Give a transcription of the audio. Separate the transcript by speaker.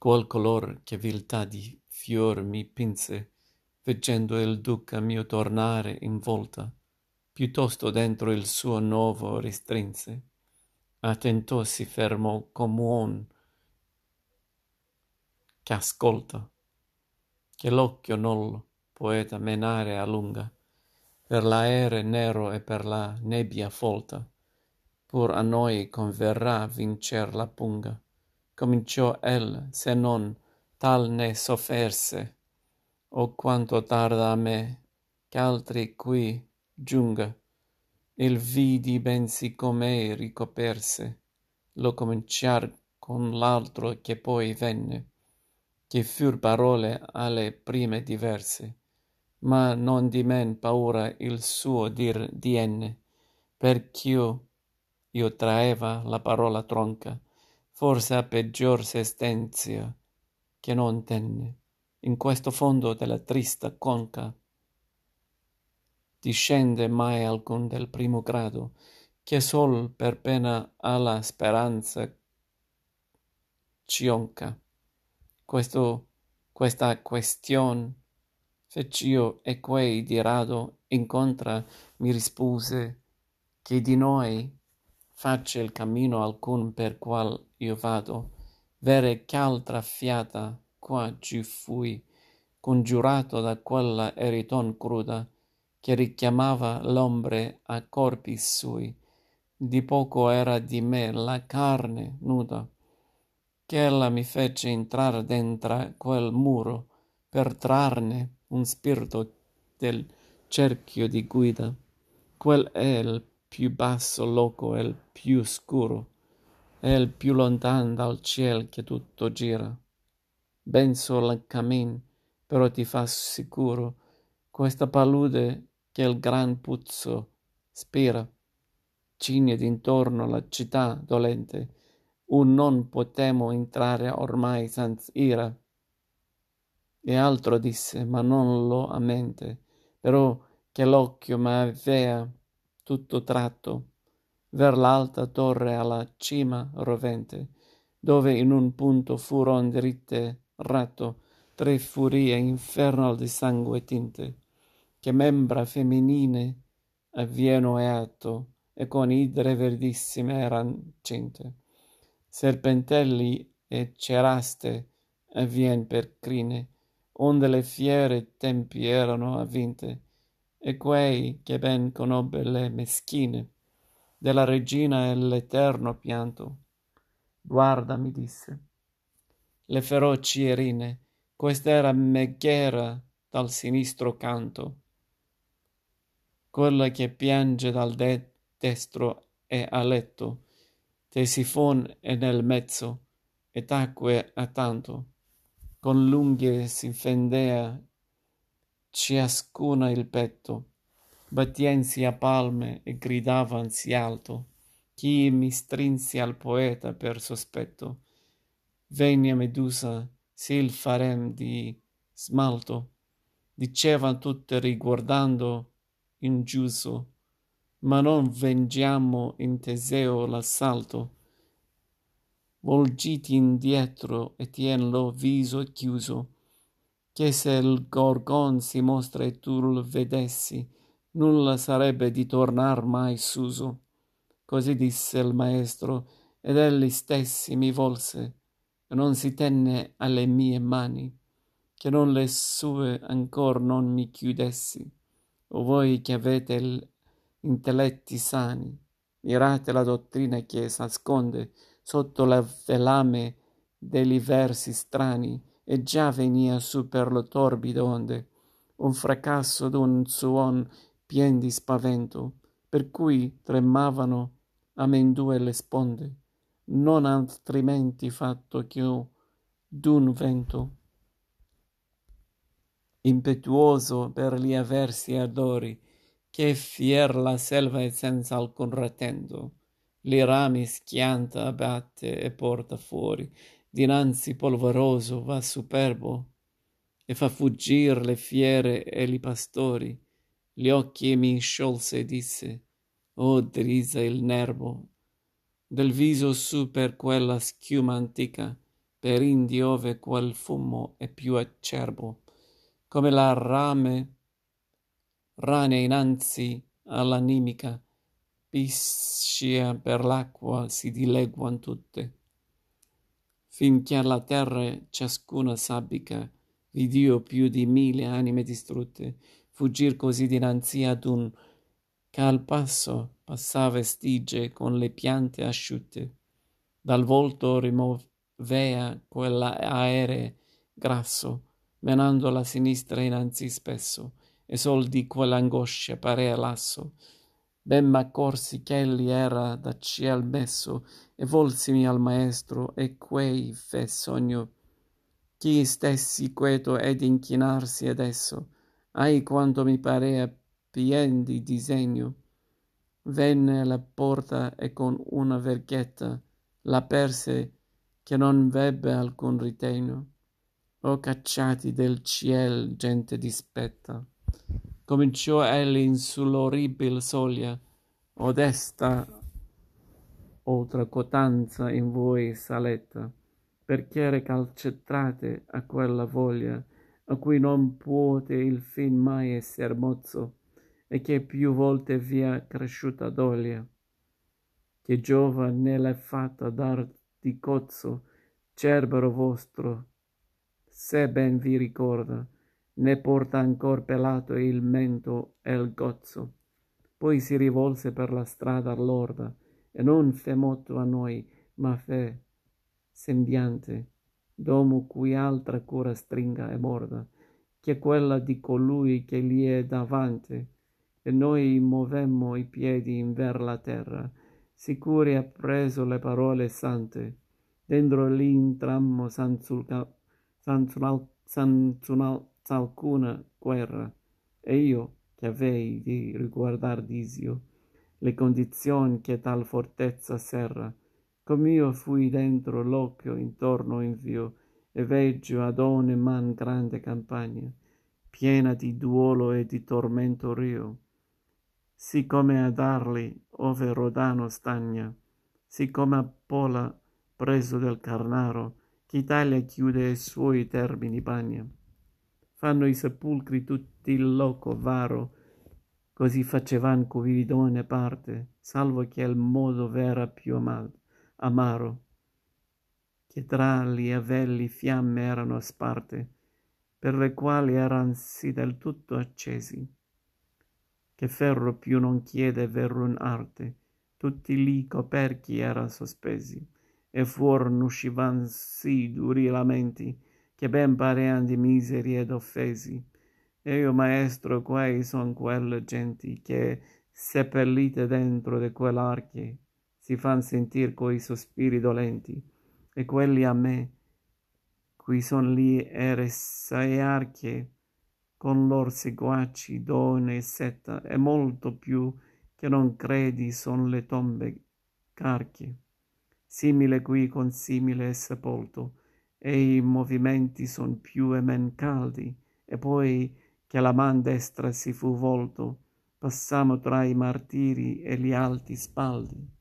Speaker 1: qual color che viltà di fior mi pinse, veggendo il duca mio tornare in volta, piuttosto dentro il suo nuovo restrinse. Attento si fermò com'uom ch'ascolta, che l'occhio nol poeta menare a lunga, per l'aere nero e per la nebbia folta, pur a noi converrà vincer la punga. Cominciò el, se non tal ne sofferse, o quanto tarda a me, ch'altri qui giunga, il vidi bensì com'ei ricoperse, lo cominciar con l'altro che poi venne, che fur parole alle prime diverse, ma nondimen paura il suo dir dienne, perch'io io traeva la parola tronca, forse a peggior sestenzia che non tenne. In questo fondo della trista conca discende mai alcun del primo grado, che sol per pena alla speranza cionca. Questa question fec'io e quei di rado incontra mi rispuse che di noi face il cammino alcun per qual io vado, vere ch'altra fiata qua giù fui congiurato da quella eriton cruda che richiamava l'ombre a corpi sui. Di poco era di me la carne nuda, ch'ella mi fece entrar dentra quel muro per trarne un spirito del cerchio di guida. Quel è il più basso loco, il più scuro, è il più lontan dal ciel che tutto gira. Ben sol cammin, però ti fa sicuro questa palude che il gran puzzo spira. Cigne d'intorno la città dolente, un non potemo entrare ormai senza ira. E altro disse, ma non lo a mente, però che l'occhio m'avea tutto tratto ver l'alta torre alla cima rovente, dove in un punto furon dritte ratto tre furie infernal di sangue tinte, che membra femminine avvieno eato, e con idre verdissime eran cinte. Serpentelli e ceraste avvien per crine, onde le fiere tempi erano avvinte, e quei che ben conobbe le meschine della regina e l'eterno pianto. Guarda, mi disse, le feroci erine, quest'era Meghera dal sinistro canto, quella che piange dal destro è a letto, Tesifon è nel mezzo, e tacque a tanto, con l'unghie si fendea ciascuna il petto, battiensi a palme e gridavansi alto. Chi mi strinse al poeta per sospetto, vegna Medusa, sil farem di smalto, dicevan tutte riguardando ingiuso, ma non vengiamo in Teseo l'assalto. Volgiti indietro e tien lo viso chiuso, che se il Gorgon si mostra e tu lo vedessi, nulla sarebbe di tornar mai suso. Così disse il maestro, ed egli stessi mi volse, e non si tenne alle mie mani, che non le sue ancor non mi chiudessi. O voi che avete intelletti sani, mirate la dottrina che s'asconde sotto la velame degli versi strani, e già venia su per lo torbido onde un fracasso d'un suon pien di spavento, per cui tremavano amendue le sponde, non altrimenti fatto che d'un vento impetuoso per gli avversi ardori, che fier la selva e senza alcun ratendo li rami schianta abbatte e porta fuori, dinanzi polveroso va superbo e fa fuggir le fiere e li pastori. Gli occhi mi sciolse e disse, oh drisa il nervo del viso su per quella schiuma antica, per indi ove quel fumo è più acerbo, come la rane innanzi alla nimica, piscia per l'acqua si dileguan tutte, finché la terra ciascuna s'abbica, vid'io più di 1000 anime distrutte, fuggir così dinanzi ad un ch'al passo passava stige con le piante asciutte, dal volto rimovea quell'aere grasso, menando la sinistra innanzi spesso, e sol di quell'angoscia parea lasso. Ben m'accorsi ch'egli era da ciel messo, e volsimi al maestro, e quei fe sogno ch'i stessi queto ed inchinarsi ad esso. Ahi quanto mi parea pien di disegno. Venne alla porta e con una verghetta l'aperse, che non v'ebbe alcun ritegno. O cacciati del ciel, gente dispetta! Cominciò egli in sull'orribil soglia, odesta oltre cotanza in voi saletta, perché recalcitrate a quella voglia, a cui non puote il fin mai esser mozzo, e che più volte via cresciuta doglia, che giova ne l'è fatta dar di cozzo, cerbero vostro, se ben vi ricorda, ne porta ancor pelato il mento e il gozzo. Poi si rivolse per la strada lorda, e non fe motto a noi, ma fe sembiante, domo cui altra cura stringa e morda, che quella di colui che gli è davante, e noi movemmo i piedi in ver la terra, sicuri appreso le parole sante, dentro lì intrammo alcuna guerra, e io che avei di riguardar disio le condizioni che tal fortezza serra, com'io fui dentro l'occhio intorno invio, e veggio ad ogni man grande campagna, piena di duolo e di tormento rio, sì come ad Arli, ove Rodano stagna, sì come a Pola, preso del Carnaro, ch'Italia chiude i suoi termini bagna. Fanno i sepulcri tutti il loco varo, così facevan cuvidone parte, salvo che il modo vera più amaro, che tra gli avelli fiamme erano sparte, per le quali eran sì del tutto accesi, che ferro più non chiede verun arte, tutti lì coperchi era sospesi, e fuor n'uscivan sì duri lamenti, che ben parean di miseri ed offesi. E io maestro, quai son quelle genti, che seppellite dentro de quell'arche, si fan sentir coi sospiri dolenti, e quelli a me, qui son lì e arche, con lor seguaci, donne e setta, e molto più che non credi son le tombe carche. Simile qui con simile è sepolto, e i movimenti son più e men caldi, e poi che la man destra si fu volto, passamo tra i martiri e gli alti spaldi.